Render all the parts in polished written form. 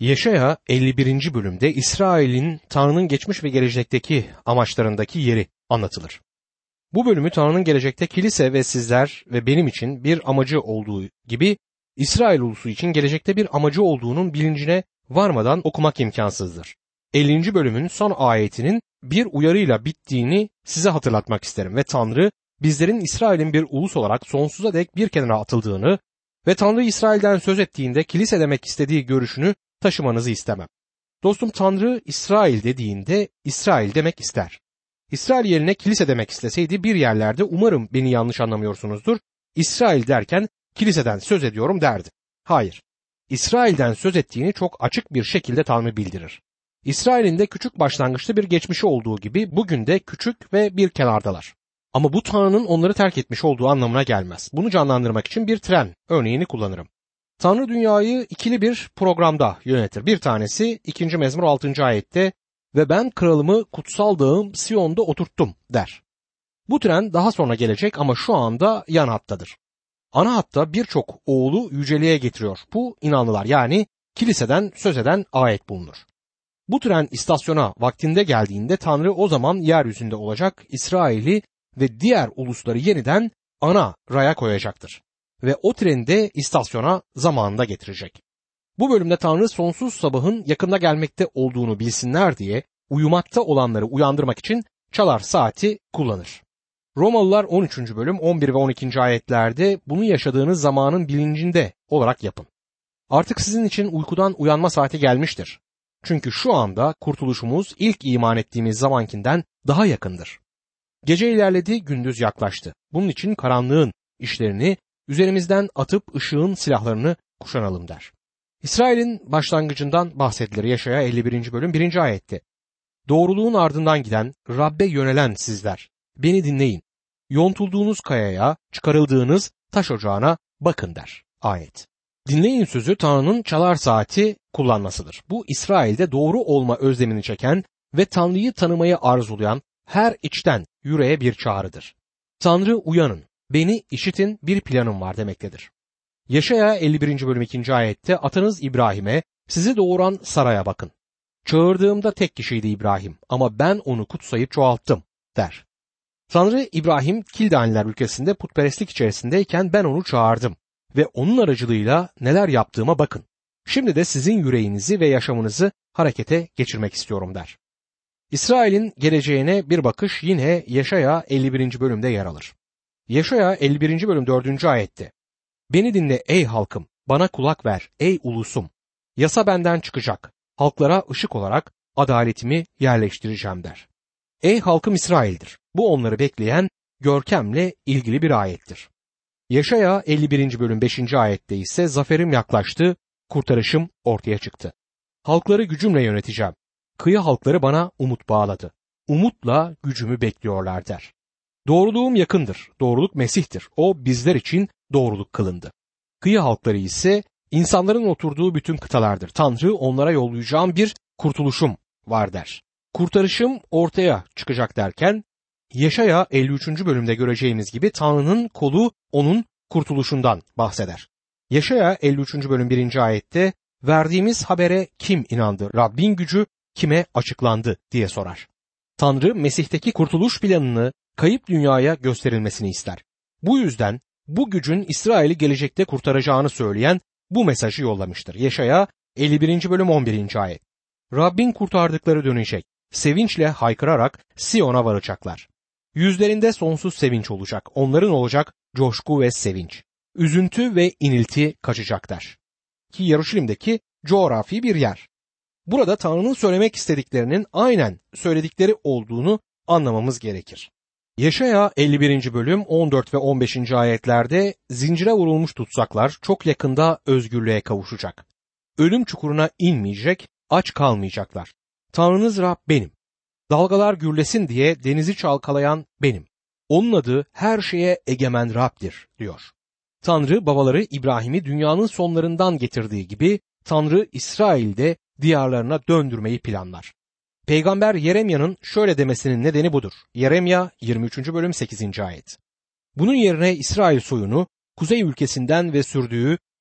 Yeşaya 51. bölümde İsrail'in Tanrı'nın geçmiş ve gelecekteki amaçlarındaki yeri anlatılır. Bu bölümü Tanrı'nın gelecekte kilise ve sizler ve benim için bir amacı olduğu gibi İsrail ulusu için gelecekte bir amacı olduğunun bilincine varmadan okumak imkansızdır. 50. bölümün son ayetinin bir uyarıyla bittiğini size hatırlatmak isterim ve Tanrı bizlerin İsrail'in bir ulus olarak sonsuza dek bir kenara atıldığını ve Tanrı İsrail'den söz ettiğinde kilise demek istediği görüşünü taşımanızı istemem. Dostum, Tanrı İsrail dediğinde İsrail demek ister. İsrail yerine kilise demek isteseydi bir yerlerde umarım beni yanlış anlamıyorsunuzdur, İsrail derken kiliseden söz ediyorum derdi. Hayır, İsrail'den söz ettiğini çok açık bir şekilde Tanrı bildirir. İsrail'in de küçük başlangıçta bir geçmişi olduğu gibi bugün de küçük ve bir kenardalar. Ama bu Tanrı'nın onları terk etmiş olduğu anlamına gelmez. Bunu canlandırmak için bir tren örneğini kullanırım. Tanrı dünyayı ikili bir programda yönetir. Bir tanesi 2. Mezmur 6. ayette ve ben kralımı kutsal dağım Siyon'da oturttum der. Bu tren daha sonra gelecek ama şu anda yan hattadır. Ana hatta birçok oğlu yüceliğe getiriyor. Bu inanlılar, yani kiliseden söz eden ayet bulunur. Bu tren istasyona vaktinde geldiğinde Tanrı o zaman yeryüzünde olacak, İsrail'i ve diğer ulusları yeniden ana raya koyacaktır. Ve o treni de istasyona zamanında getirecek. Bu bölümde Tanrı sonsuz sabahın yakında gelmekte olduğunu bilsinler diye uyumakta olanları uyandırmak için çalar saati kullanır. Romalılar 13. bölüm 11 ve 12. ayetlerde bunu yaşadığınız zamanın bilincinde olarak yapın. Artık sizin için uykudan uyanma saati gelmiştir. Çünkü şu anda kurtuluşumuz ilk iman ettiğimiz zamankinden daha yakındır. Gece ilerledi, gündüz yaklaştı. Bunun için karanlığın işlerini üzerimizden atıp ışığın silahlarını kuşanalım der. İsrail'in başlangıcından bahsedilir Yeşaya 51. bölüm 1. ayette. Doğruluğun ardından giden, Rabbe yönelen sizler, beni dinleyin. Yontulduğunuz kayaya, çıkarıldığınız taş ocağına bakın der ayet. Dinleyin sözü Tanrı'nın çalar saati kullanmasıdır. Bu İsrail'de doğru olma özlemini çeken ve Tanrı'yı tanımayı arzulayan her içten yüreğe bir çağrıdır. Tanrı uyanın, beni işitin, bir planım var demektedir. Yeşaya 51. bölüm 2. ayette atanız İbrahim'e, sizi doğuran Sara'ya bakın. Çağırdığımda tek kişiydi İbrahim ama ben onu kutsayıp çoğalttım der. Tanrı İbrahim Kildaniler ülkesinde putperestlik içerisindeyken ben onu çağırdım ve onun aracılığıyla neler yaptığıma bakın. Şimdi de sizin yüreğinizi ve yaşamınızı harekete geçirmek istiyorum der. İsrail'in geleceğine bir bakış yine Yeşaya 51. bölümde yer alır. Yeşaya 51. bölüm 4. ayette. Beni dinle ey halkım, bana kulak ver ey ulusum. Yasa benden çıkacak, halklara ışık olarak adaletimi yerleştireceğim der. Ey halkım İsrail'dir. Bu onları bekleyen görkemle ilgili bir ayettir. Yeşaya 51. bölüm 5. ayette ise zaferim yaklaştı, kurtarışım ortaya çıktı. Halkları gücümle yöneteceğim. Kıyı halkları bana umut bağladı. Umutla gücümü bekliyorlar der. Doğruluğum yakındır. Doğruluk Mesih'tir. O bizler için doğruluk kılındı. Kıyı halkları ise insanların oturduğu bütün kıtalardır. Tanrı onlara yollayacağım bir kurtuluşum var der. Kurtarışım ortaya çıkacak derken Yeşaya 53. bölümde göreceğimiz gibi Tanrı'nın kolu onun kurtuluşundan bahseder. Yeşaya 53. bölüm 1. ayette verdiğimiz habere kim inandı? Rabbin gücü kime açıklandı diye sorar. Tanrı Mesih'teki kurtuluş planını kayıp dünyaya gösterilmesini ister. Bu yüzden bu gücün İsrail'i gelecekte kurtaracağını söyleyen bu mesajı yollamıştır. Yeşaya 51. bölüm 11. ayet. Rabbin kurtardıkları dönecek. Sevinçle haykırarak Siyon'a varacaklar. Yüzlerinde sonsuz sevinç olacak. Onların olacak coşku ve sevinç. Üzüntü ve inilti kaçacak der. Ki Yeruşalim'deki coğrafi bir yer. Burada Tanrı'nın söylemek istediklerinin aynen söyledikleri olduğunu anlamamız gerekir. Yeşaya 51. bölüm 14 ve 15. ayetlerde zincire vurulmuş tutsaklar çok yakında özgürlüğe kavuşacak. Ölüm çukuruna inmeyecek, aç kalmayacaklar. Tanrınız Rab benim. Dalgalar gürlesin diye denizi çalkalayan benim. Onun adı her şeye egemen Rab'dir diyor. Tanrı babaları İbrahim'i dünyanın sonlarından getirdiği gibi Tanrı İsrail'de diyarlarına döndürmeyi planlar. Peygamber Yeremya'nın şöyle demesinin nedeni budur. Yeremya 23. bölüm 8. ayet. Bunun yerine İsrail soyunu kuzey ülkesinden ve sürdüğü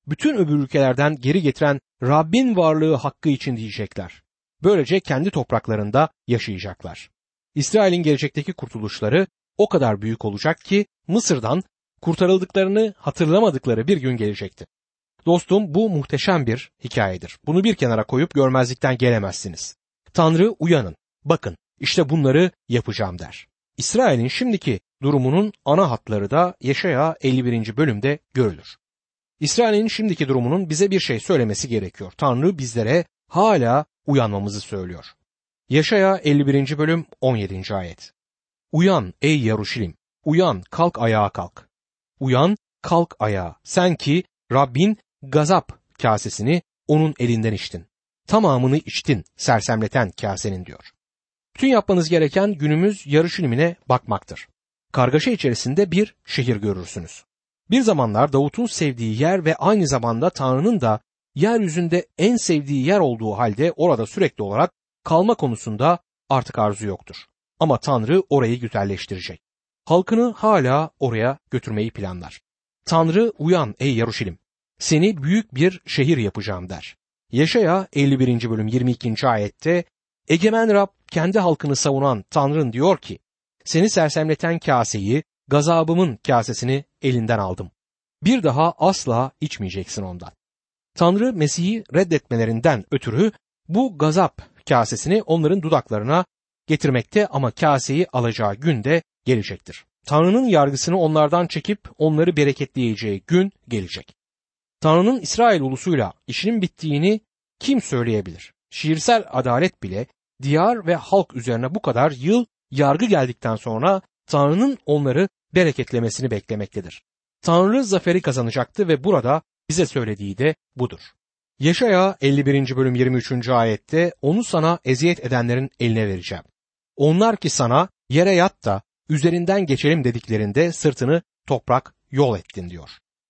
bütün öbür ülkelerden geri getiren Rabbin varlığı hakkı için diyecekler. Böylece kendi topraklarında yaşayacaklar. İsrail'in gelecekteki kurtuluşları o kadar büyük olacak ki Mısır'dan kurtarıldıklarını hatırlamadıkları bir gün gelecekti. Dostum, bu muhteşem bir hikayedir. Bunu bir kenara koyup görmezlikten gelemezsiniz. Tanrı uyanın, bakın işte bunları yapacağım der. İsrail'in şimdiki durumunun ana hatları da Yeşaya 51. bölümde görülür. İsrail'in şimdiki durumunun bize bir şey söylemesi gerekiyor. Tanrı bizlere hala uyanmamızı söylüyor. Yeşaya 51. bölüm 17. ayet. Uyan ey Yaruşilim, uyan, kalk ayağa kalk. Uyan, kalk ayağa, sen ki Rabbin gazap kasesini onun elinden içtin. Tamamını içtin sersemleten kasenin diyor. Bütün yapmanız gereken günümüz Yaruşilim'ine bakmaktır. Kargaşa içerisinde bir şehir görürsünüz. Bir zamanlar Davut'un sevdiği yer ve aynı zamanda Tanrı'nın da yeryüzünde en sevdiği yer olduğu halde orada sürekli olarak kalma konusunda artık arzu yoktur. Ama Tanrı orayı güzelleştirecek. Halkını hala oraya götürmeyi planlar. Tanrı uyan ey Yaruşilim, seni büyük bir şehir yapacağım der. Yeşaya 51. bölüm 22. ayette Egemen Rab kendi halkını savunan Tanrın diyor ki, seni sersemleten kaseyi, gazabımın kasesini elinden aldım. Bir daha asla içmeyeceksin ondan. Tanrı Mesih'i reddetmelerinden ötürü bu gazap kasesini onların dudaklarına getirmekte ama kaseyi alacağı gün de gelecektir. Tanrı'nın yargısını onlardan çekip onları bereketleyeceği gün gelecek. Tanrı'nın İsrail ulusuyla işinin bittiğini kim söyleyebilir? Şiirsel adalet bile diyar ve halk üzerine bu kadar yıl yargı geldikten sonra Tanrı'nın onları bereketlemesini beklemektedir. Tanrı zaferi kazanacaktı ve burada bize söylediği de budur. Yeşaya 51. bölüm 23. ayette onu sana eziyet edenlerin eline vereceğim. Onlar ki sana yere yat da üzerinden geçelim dediklerinde sırtını toprak yol ettin diyor.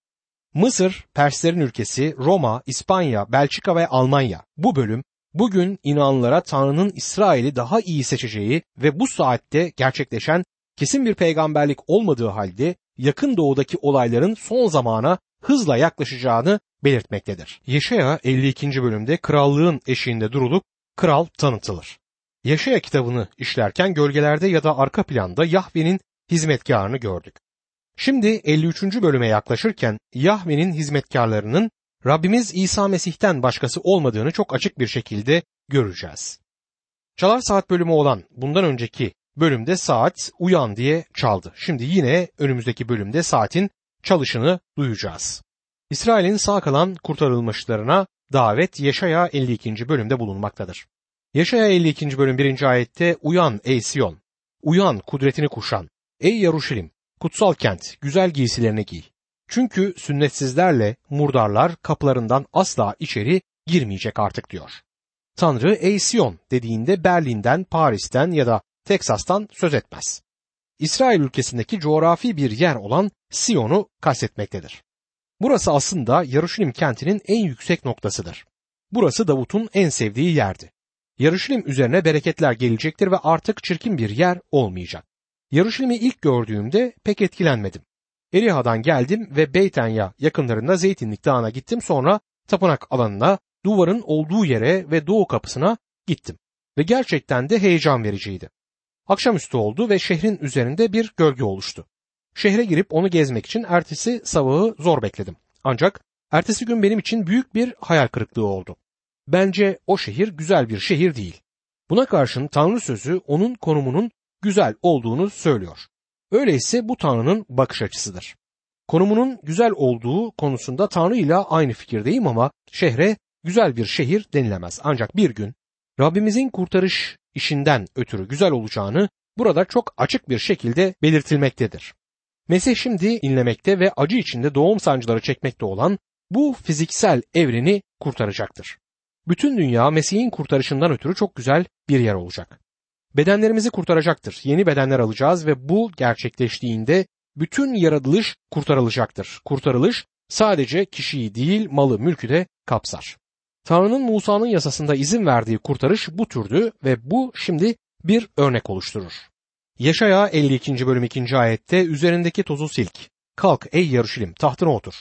Mısır, Perslerin ülkesi, Roma, İspanya, Belçika ve Almanya. Bu bölüm bugün inananlara Tanrı'nın İsrail'i daha iyi seçeceği ve bu saatte gerçekleşen kesin bir peygamberlik olmadığı halde yakın doğudaki olayların son zamana hızla yaklaşacağını belirtmektedir. Yeşaya 52. bölümde krallığın eşiğinde durulup kral tanıtılır. Yeşaya kitabını işlerken gölgelerde ya da arka planda Yahve'nin hizmetkarını gördük. Şimdi 53. bölüme yaklaşırken Yahve'nin hizmetkarlarının Rabbimiz İsa Mesih'ten başkası olmadığını çok açık bir şekilde göreceğiz. Çalar Saat bölümü olan bundan önceki bölümde saat uyan diye çaldı. Şimdi yine önümüzdeki bölümde saatin çalışını duyacağız. İsrail'in sağ kalan kurtarılmışlarına davet Yeşaya 52. bölümde bulunmaktadır. Yeşaya 52. bölüm 1. ayette uyan ey Siyon, uyan kudretini kuşan, ey Yaruşilim, kutsal kent, güzel giysilerini giy. Çünkü sünnetsizlerle murdarlar kapılarından asla içeri girmeyecek artık diyor. Tanrı ey Siyon dediğinde Berlin'den, Paris'ten ya da Teksas'tan söz etmez. İsrail ülkesindeki coğrafi bir yer olan Siyon'u kastetmektedir. Burası aslında Yaruşilim kentinin en yüksek noktasıdır. Burası Davut'un en sevdiği yerdi. Yaruşilim üzerine bereketler gelecektir ve artık çirkin bir yer olmayacak. Yaruşilim'i ilk gördüğümde pek etkilenmedim. Eriha'dan geldim ve Beytenya yakınlarında Zeytinlik Dağı'na gittim, sonra tapınak alanına, duvarın olduğu yere ve doğu kapısına gittim. Ve gerçekten de heyecan vericiydi. Akşamüstü oldu ve şehrin üzerinde bir gölge oluştu. Şehre girip onu gezmek için ertesi sabahı zor bekledim. Ancak ertesi gün benim için büyük bir hayal kırıklığı oldu. Bence o şehir güzel bir şehir değil. Buna karşın Tanrı sözü onun konumunun güzel olduğunu söylüyor. Öyleyse bu Tanrı'nın bakış açısıdır. Konumunun güzel olduğu konusunda Tanrı ile aynı fikirdeyim ama şehre güzel bir şehir denilemez. Ancak bir gün Rabbimizin kurtarış işinden ötürü güzel olacağını burada çok açık bir şekilde belirtilmektedir. Mesih şimdi inlemekte ve acı içinde doğum sancıları çekmekte olan bu fiziksel evreni kurtaracaktır. Bütün dünya Mesih'in kurtarışından ötürü çok güzel bir yer olacak. Bedenlerimizi kurtaracaktır. Yeni bedenler alacağız ve bu gerçekleştiğinde bütün yaratılış kurtarılacaktır. Kurtarılış sadece kişiyi değil, malı, mülkü de kapsar. Tanrı'nın Musa'nın yasasında izin verdiği kurtarış bu türdü ve bu şimdi bir örnek oluşturur. Yeşaya 52. bölüm 2. ayette üzerindeki tozu silk. Kalk ey Yaruşilim, tahtına otur.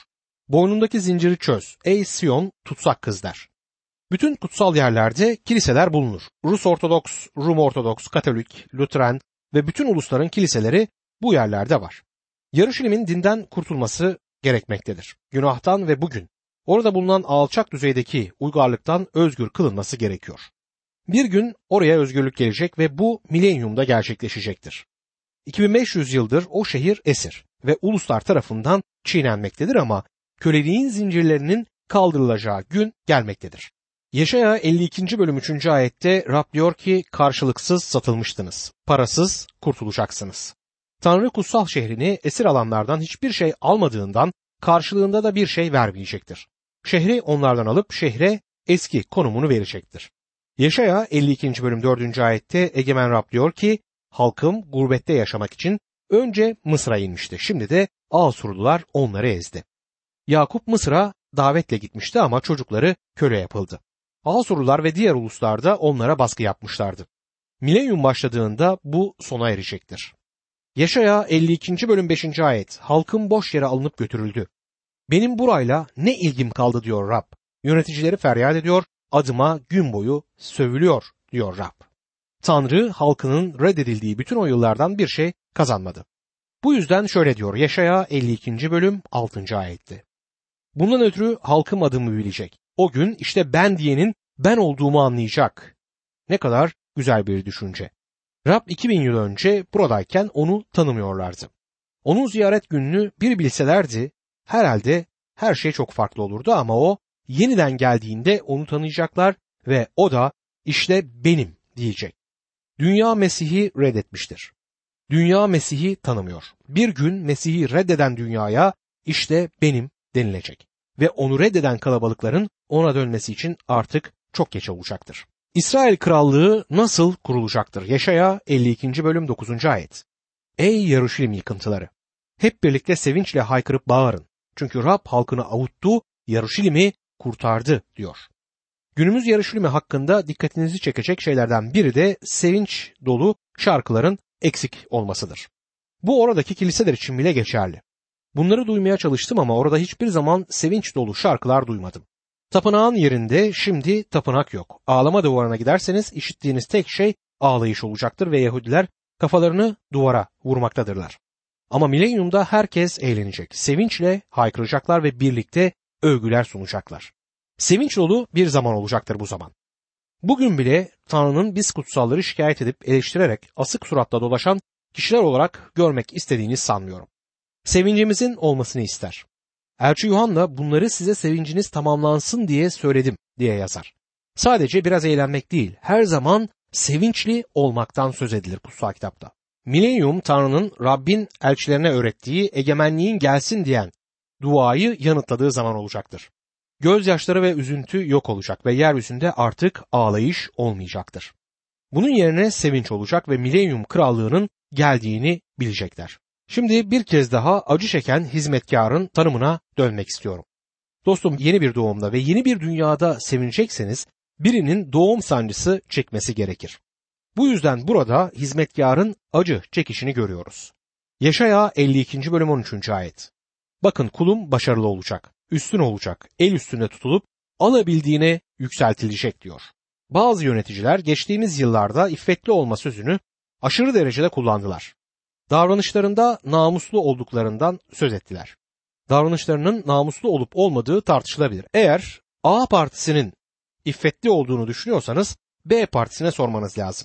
Boynundaki zinciri çöz, ey Siyon tutsak kız der. Bütün kutsal yerlerde kiliseler bulunur. Rus Ortodoks, Rum Ortodoks, Katolik, Lüteren ve bütün ulusların kiliseleri bu yerlerde var. Yarışilim'in dinden kurtulması gerekmektedir. Günahtan ve bugün orada bulunan alçak düzeydeki uygarlıktan özgür kılınması gerekiyor. Bir gün oraya özgürlük gelecek ve bu milenyumda gerçekleşecektir. 2500 yıldır o şehir esir ve uluslar tarafından çiğnenmektedir ama köleliğin zincirlerinin kaldırılacağı gün gelmektedir. Yeşaya 52. bölüm 3. ayette Rab diyor ki karşılıksız satılmıştınız, parasız kurtulacaksınız. Tanrı kutsal şehrini esir alanlardan hiçbir şey almadığından karşılığında da bir şey vermeyecektir. Şehri onlardan alıp şehre eski konumunu verecektir. Yeşaya 52. bölüm 4. ayette Egemen Rab diyor ki halkım gurbette yaşamak için önce Mısır'a inmişti. Şimdi de Asurlular onları ezdi. Yakup Mısır'a davetle gitmişti ama çocukları köle yapıldı. Asurlular ve diğer uluslar da onlara baskı yapmışlardı. Milenyum başladığında bu sona erecektir. Yeşaya 52. bölüm 5. ayet halkım boş yere alınıp götürüldü. Benim burayla ne ilgim kaldı diyor Rab. Yöneticileri feryat ediyor, adıma gün boyu sövülüyor diyor Rab. Tanrı halkının reddedildiği bütün o yıllardan bir şey kazanmadı. Bu yüzden şöyle diyor Yeşaya 52. bölüm 6. ayette. Bundan ötürü halkım adımı bilecek. O gün işte ben diyenin ben olduğumu anlayacak. Ne kadar güzel bir düşünce. Rab 2000 yıl önce buradayken onu tanımıyorlardı. Onun ziyaret gününü bir bilselerdi herhalde her şey çok farklı olurdu ama o yeniden geldiğinde onu tanıyacaklar ve o da işte benim diyecek. Dünya Mesih'i reddetmiştir. Dünya Mesih'i tanımıyor. Bir gün Mesih'i reddeden dünyaya işte benim denilecek. Ve onu reddeden kalabalıkların ona dönmesi için artık çok geç olacaktır. İsrail krallığı nasıl kurulacaktır? Yeşaya 52. bölüm 9. ayet. Ey Yarışilim yıkıntıları! Hep birlikte sevinçle haykırıp bağırın. Çünkü Rab halkını avuttu, Yarışilim'i kurtardı diyor. Günümüz Yarışilim'i hakkında dikkatinizi çekecek şeylerden biri de sevinç dolu şarkıların eksik olmasıdır. Bu oradaki kiliseler için bile geçerli. Bunları duymaya çalıştım ama orada hiçbir zaman sevinç dolu şarkılar duymadım. Tapınağın yerinde şimdi tapınak yok. Ağlama duvarına giderseniz işittiğiniz tek şey ağlayış olacaktır ve Yahudiler kafalarını duvara vurmaktadırlar. Ama milenyumda herkes eğlenecek. Sevinçle haykıracaklar ve birlikte övgüler sunacaklar. Sevinç dolu bir zaman olacaktır bu zaman. Bugün bile Tanrı'nın biz kutsalları şikayet edip eleştirerek asık suratla dolaşan kişiler olarak görmek istediğini sanmıyorum. Sevincimizin olmasını ister. Elçi Yuhanna bunları size sevinciniz tamamlansın diye söyledim diye yazar. Sadece biraz eğlenmek değil, her zaman sevinçli olmaktan söz edilir kutsal kitapta. Milenyum Tanrı'nın Rabbin elçilerine öğrettiği egemenliğin gelsin diyen duayı yanıtladığı zaman olacaktır. Gözyaşları ve üzüntü yok olacak ve yeryüzünde artık ağlayış olmayacaktır. Bunun yerine sevinç olacak ve milenyum krallığının geldiğini bilecekler. Şimdi bir kez daha acı çeken hizmetkarın tanımına dönmek istiyorum. Dostum yeni bir doğumda ve yeni bir dünyada sevinecekseniz birinin doğum sancısı çekmesi gerekir. Bu yüzden burada hizmetkarın acı çekişini görüyoruz. Yeşaya 52. bölüm 13. ayet. Bakın kulum başarılı olacak, üstün olacak, el üstünde tutulup alabildiğine yükseltilecek diyor. Bazı yöneticiler geçtiğimiz yıllarda iffetli olma sözünü aşırı derecede kullandılar. Davranışlarında namuslu olduklarından söz ettiler. Davranışlarının namuslu olup olmadığı tartışılabilir. Eğer A partisinin iffetli olduğunu düşünüyorsanız B partisine sormanız lazım.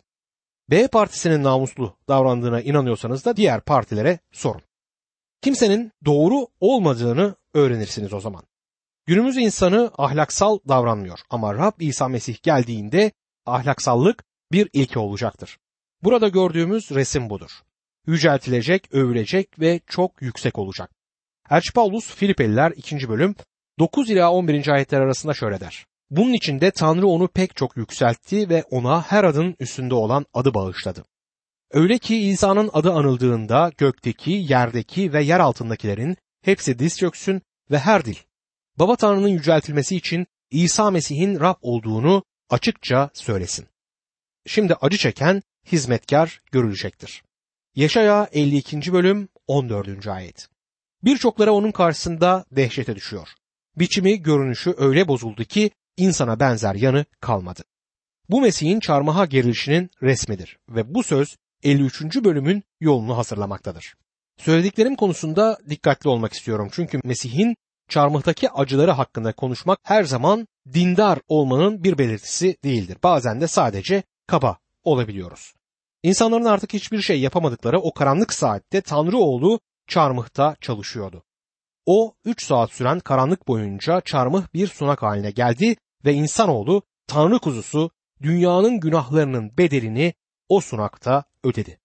B partisinin namuslu davrandığına inanıyorsanız da diğer partilere sorun. Kimsenin doğru olmadığını öğrenirsiniz o zaman. Günümüz insanı ahlaksal davranmıyor ama Rab İsa Mesih geldiğinde ahlaksallık bir ilke olacaktır. Burada gördüğümüz resim budur. Yüceltilecek, övülecek ve çok yüksek olacak. Elçi Paulus Filipeliler 2. bölüm 9 ila 11. ayetler arasında şöyle der. Bunun için de Tanrı onu pek çok yükseltti ve ona her adın üstünde olan adı bağışladı. Öyle ki İsa'nın adı anıldığında gökteki, yerdeki ve yer altındakilerin hepsi diz çöksün ve her dil Baba Tanrı'nın yüceltilmesi için İsa Mesih'in Rab olduğunu açıkça söylesin. Şimdi acı çeken hizmetkar görülecektir. Yeşaya 52. bölüm 14. ayet. Birçokları onun karşısında dehşete düşüyor. Biçimi, görünüşü öyle bozuldu ki insana benzer yanı kalmadı. Bu Mesih'in çarmıha gerilişinin resmidir ve bu söz 53. bölümün yolunu hazırlamaktadır. Söylediklerim konusunda dikkatli olmak istiyorum çünkü Mesih'in çarmıhtaki acıları hakkında konuşmak her zaman dindar olmanın bir belirtisi değildir. Bazen de sadece kaba olabiliyoruz. İnsanların artık hiçbir şey yapamadıkları o karanlık saatte Tanrı oğlu çarmıhta çalışıyordu. O 3 saat süren karanlık boyunca çarmıh bir sunak haline geldi ve insanoğlu Tanrı kuzusu dünyanın günahlarının bedelini o sunakta ödedi.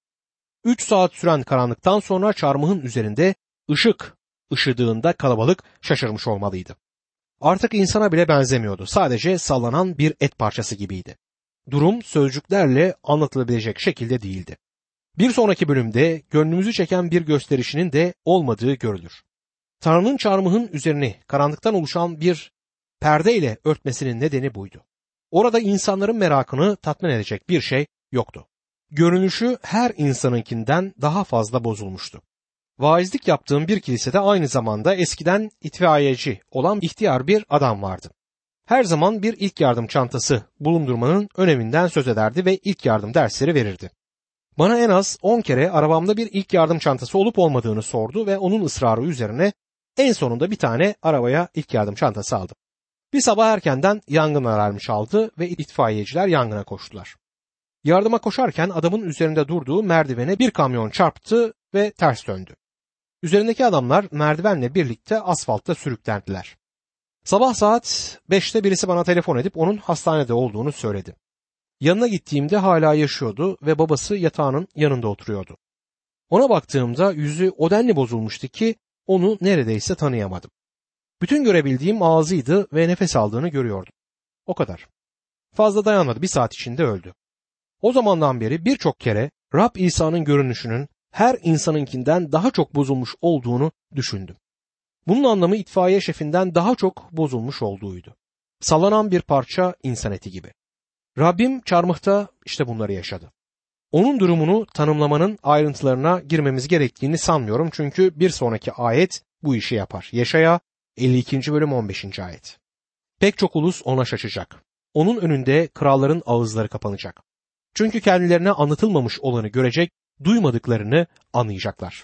3 saat süren karanlıktan sonra çarmıhın üzerinde ışık ışıdığında kalabalık şaşırmış olmalıydı. Artık insana bile benzemiyordu. Sadece sallanan bir et parçası gibiydi. Durum sözcüklerle anlatılabilecek şekilde değildi. Bir sonraki bölümde gönlümüzü çeken bir gösterişinin de olmadığı görülür. Tanrı'nın çarmıhın üzerini karanlıktan oluşan bir perdeyle örtmesinin nedeni buydu. Orada insanların merakını tatmin edecek bir şey yoktu. Görünüşü her insanınkinden daha fazla bozulmuştu. Vaizlik yaptığım bir kilisede aynı zamanda eskiden itfaiyeci olan ihtiyar bir adam vardı. Her zaman bir ilk yardım çantası bulundurmanın öneminden söz ederdi ve ilk yardım dersleri verirdi. Bana en az 10 kere arabamda bir ilk yardım çantası olup olmadığını sordu ve onun ısrarı üzerine en sonunda bir tane arabaya ilk yardım çantası aldım. Bir sabah erkenden yangın alarmı çaldı ve itfaiyeciler yangına koştular. Yardıma koşarken adamın üzerinde durduğu merdivene bir kamyon çarptı ve ters döndü. Üzerindeki adamlar merdivenle birlikte asfaltta sürüklendiler. Sabah saat 5'te birisi bana telefon edip onun hastanede olduğunu söyledi. Yanına gittiğimde hala yaşıyordu ve babası yatağının yanında oturuyordu. Ona baktığımda yüzü o denli bozulmuştu ki onu neredeyse tanıyamadım. Bütün görebildiğim ağzıydı ve nefes aldığını görüyordum. O kadar. Fazla dayanmadı, bir saat içinde öldü. O zamandan beri birçok kere Rab İsa'nın görünüşünün her insanınkinden daha çok bozulmuş olduğunu düşündüm. Bunun anlamı itfaiye şefinden daha çok bozulmuş olduğuydu. Sallanan bir parça insan eti gibi. Rabbim çarmıhta işte bunları yaşadı. Onun durumunu tanımlamanın ayrıntılarına girmemiz gerektiğini sanmıyorum çünkü bir sonraki ayet bu işi yapar. Yeşaya 52. bölüm 15. ayet. Pek çok ulus ona şaşacak. Onun önünde kralların ağızları kapanacak. Çünkü kendilerine anlatılmamış olanı görecek, duymadıklarını anlayacaklar.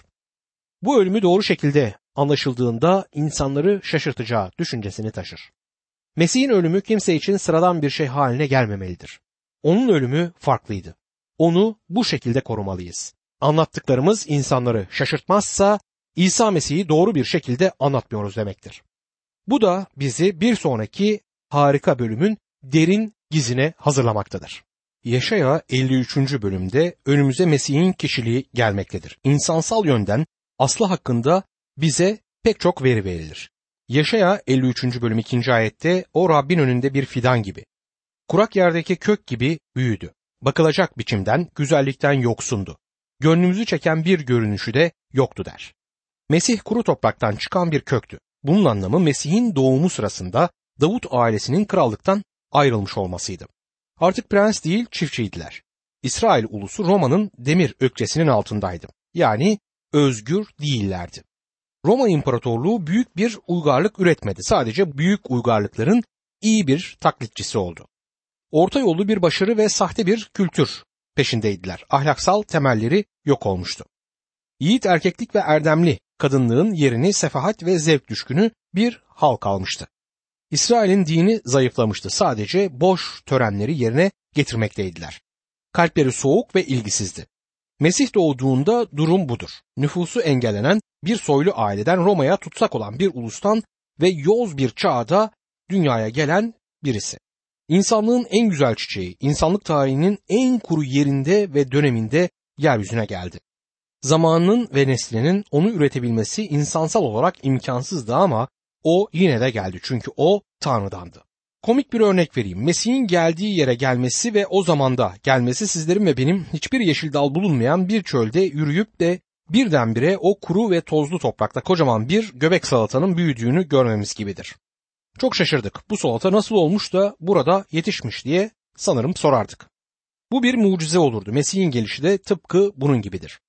Bu ölümü doğru şekilde anlaşıldığında insanları şaşırtacağı düşüncesini taşır. Mesih'in ölümü kimse için sıradan bir şey haline gelmemelidir. Onun ölümü farklıydı. Onu bu şekilde korumalıyız. Anlattıklarımız insanları şaşırtmazsa İsa Mesih'i doğru bir şekilde anlatmıyoruz demektir. Bu da bizi bir sonraki harika bölümün derin gizine hazırlamaktadır. Yeşaya 53. bölümde önümüze Mesih'in kişiliği gelmektedir. İnsansal yönden aslı hakkında bize pek çok veri verilir. Yeşaya 53. bölüm 2. ayette o Rabbin önünde bir fidan gibi, kurak yerdeki kök gibi büyüdü. Bakılacak biçimden, güzellikten yoksundu. Gönlümüzü çeken bir görünüşü de yoktu der. Mesih kuru topraktan çıkan bir köktü. Bunun anlamı Mesih'in doğumu sırasında Davut ailesinin krallıktan ayrılmış olmasıydı. Artık prens değil çiftçiydiler. İsrail ulusu Roma'nın demir ökçesinin altındaydı. Yani özgür değillerdi. Roma İmparatorluğu büyük bir uygarlık üretmedi. Sadece büyük uygarlıkların iyi bir taklitçisi oldu. Orta yollu bir başarı ve sahte bir kültür peşindeydiler. Ahlaksal temelleri yok olmuştu. Yiğit erkeklik ve erdemli kadınlığın yerini sefahat ve zevk düşkünü bir halk almıştı. İsrail'in dini zayıflamıştı. Sadece boş törenleri yerine getirmekteydiler. Kalpleri soğuk ve ilgisizdi. Mesih doğduğunda durum budur. Nüfusu engellenen bir soylu aileden Roma'ya tutsak olan bir ulustan ve yoz bir çağda dünyaya gelen birisi. İnsanlığın en güzel çiçeği, insanlık tarihinin en kuru yerinde ve döneminde yeryüzüne geldi. Zamanının ve neslinin onu üretebilmesi insansal olarak imkansızdı ama o yine de geldi çünkü o Tanrı'dandı. Komik bir örnek vereyim. Mesih'in geldiği yere gelmesi ve o zamanda gelmesi sizlerin ve benim hiçbir yeşil dal bulunmayan bir çölde yürüyüp de birdenbire o kuru ve tozlu toprakta kocaman bir göbek salatanın büyüdüğünü görmemiz gibidir. Çok şaşırdık. Bu salata nasıl olmuş da burada yetişmiş diye sanırım sorardık. Bu bir mucize olurdu. Mesih'in gelişi de tıpkı bunun gibidir.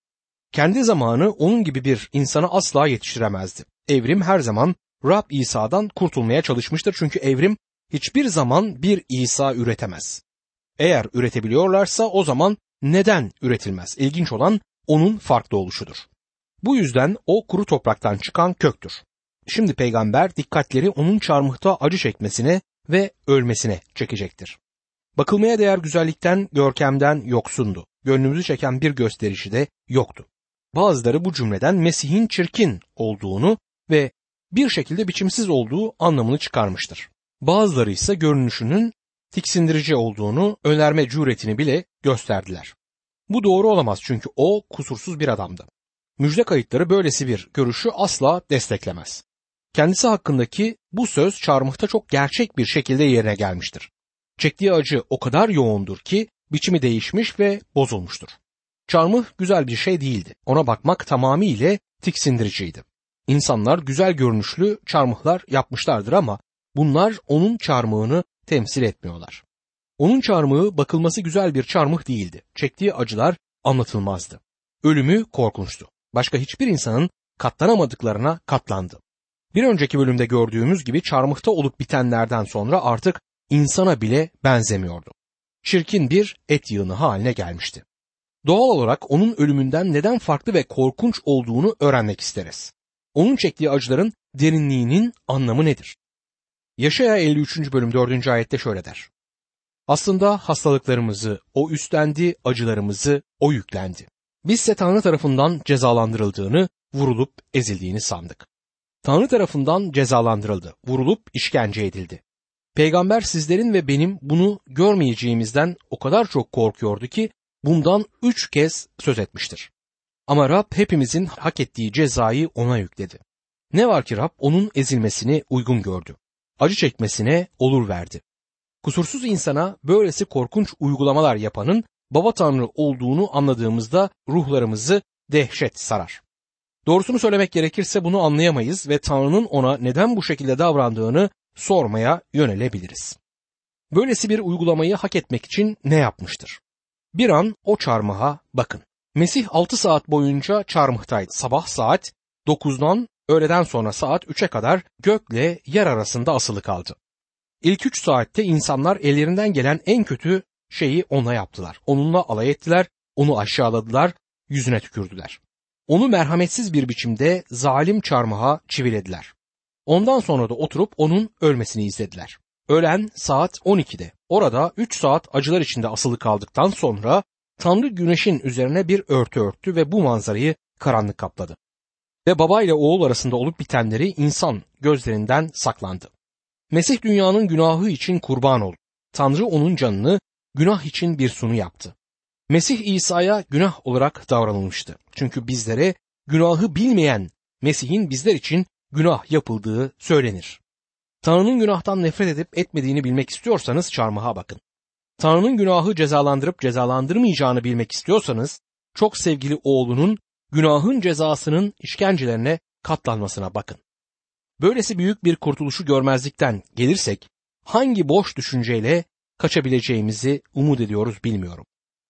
Kendi zamanı onun gibi bir insana asla yetiştiremezdi. Evrim her zaman Rab İsa'dan kurtulmaya çalışmıştır. Çünkü evrim hiçbir zaman bir İsa üretemez. Eğer üretebiliyorlarsa o zaman neden üretilmez? İlginç olan onun farklı oluşudur. Bu yüzden o kuru topraktan çıkan köktür. Şimdi peygamber dikkatleri onun çarmıhta acı çekmesine ve ölmesine çekecektir. Bakılmaya değer güzellikten, görkemden yoksundu. Gönlümüzü çeken bir gösterişi de yoktu. Bazıları bu cümleden Mesih'in çirkin olduğunu ve bir şekilde biçimsiz olduğu anlamını çıkarmıştır. Bazıları ise görünüşünün tiksindirici olduğunu önerme cüretini bile gösterdiler. Bu doğru olamaz çünkü o kusursuz bir adamdı. Müjde kayıtları böylesi bir görüşü asla desteklemez. Kendisi hakkındaki bu söz çarmıhta çok gerçek bir şekilde yerine gelmiştir. Çektiği acı o kadar yoğundur ki biçimi değişmiş ve bozulmuştur. Çarmıh güzel bir şey değildi. Ona bakmak tamamıyla tiksindiriciydi. İnsanlar güzel görünüşlü çarmıhlar yapmışlardır ama bunlar onun çarmıhını temsil etmiyorlar. Onun çarmıhı bakılması güzel bir çarmıh değildi. Çektiği acılar anlatılmazdı. Ölümü korkunçtu. Başka hiçbir insanın katlanamadıklarına katlandı. Bir önceki bölümde gördüğümüz gibi çarmıhta olup bitenlerden sonra artık insana bile benzemiyordu. Çirkin bir et yığını haline gelmişti. Doğal olarak onun ölümünden neden farklı ve korkunç olduğunu öğrenmek isteriz. Onun çektiği acıların derinliğinin anlamı nedir? Yaşaya 53. bölüm 4. ayette şöyle der. Aslında hastalıklarımızı o üstlendi, acılarımızı o yüklendi. Bizse Tanrı tarafından cezalandırıldığını, vurulup ezildiğini sandık. Tanrı tarafından cezalandırıldı, vurulup işkence edildi. Peygamber sizlerin ve benim bunu görmeyeceğimizden o kadar çok korkuyordu ki bundan 3 kez söz etmiştir. Ama Rab hepimizin hak ettiği cezayı ona yükledi. Ne var ki Rab onun ezilmesini uygun gördü. Acı çekmesine olur verdi. Kusursuz insana böylesi korkunç uygulamalar yapanın Baba Tanrı olduğunu anladığımızda ruhlarımızı dehşet sarar. Doğrusunu söylemek gerekirse bunu anlayamayız ve Tanrı'nın ona neden bu şekilde davrandığını sormaya yönelebiliriz. Böylesi bir uygulamayı hak etmek için ne yapmıştır? Bir an o çarmıha bakın. Mesih 6 saat boyunca çarmıhtaydı. Sabah saat 9'dan öğleden sonra saat 3'e kadar gökle yer arasında asılı kaldı. İlk 3 saatte insanlar ellerinden gelen en kötü şeyi ona yaptılar. Onunla alay ettiler, onu aşağıladılar, yüzüne tükürdüler. Onu merhametsiz bir biçimde zalim çarmıha çivilediler. Ondan sonra da oturup onun ölmesini izlediler. Öğlen saat 12'de. Orada 3 saat acılar içinde asılı kaldıktan sonra Tanrı güneşin üzerine bir örtü örttü ve bu manzarayı karanlık kapladı. Ve baba ile oğul arasında olup bitenleri insan gözlerinden saklandı. Mesih dünyanın günahı için kurban oldu. Tanrı onun canını günah için bir sunu yaptı. Mesih İsa'ya günah olarak davranılmıştı. Çünkü bizlere günahı bilmeyen Mesih'in bizler için günah yapıldığı söylenir. Tanrı'nın günahtan nefret edip etmediğini bilmek istiyorsanız çarmıha bakın. Tanrı'nın günahı cezalandırıp cezalandırmayacağını bilmek istiyorsanız çok sevgili oğlunun günahın cezasının işkencelerine katlanmasına bakın. Böylesi büyük bir kurtuluşu görmezlikten gelirsek hangi boş düşünceyle kaçabileceğimizi umut ediyoruz bilmiyorum.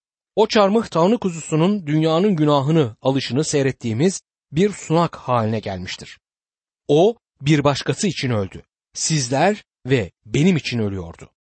O çarmıh Tanrı kuzusunun dünyanın günahını alışını seyrettiğimiz bir sunak haline gelmiştir. O bir başkası için öldü. Sizler ve benim için ölüyordu.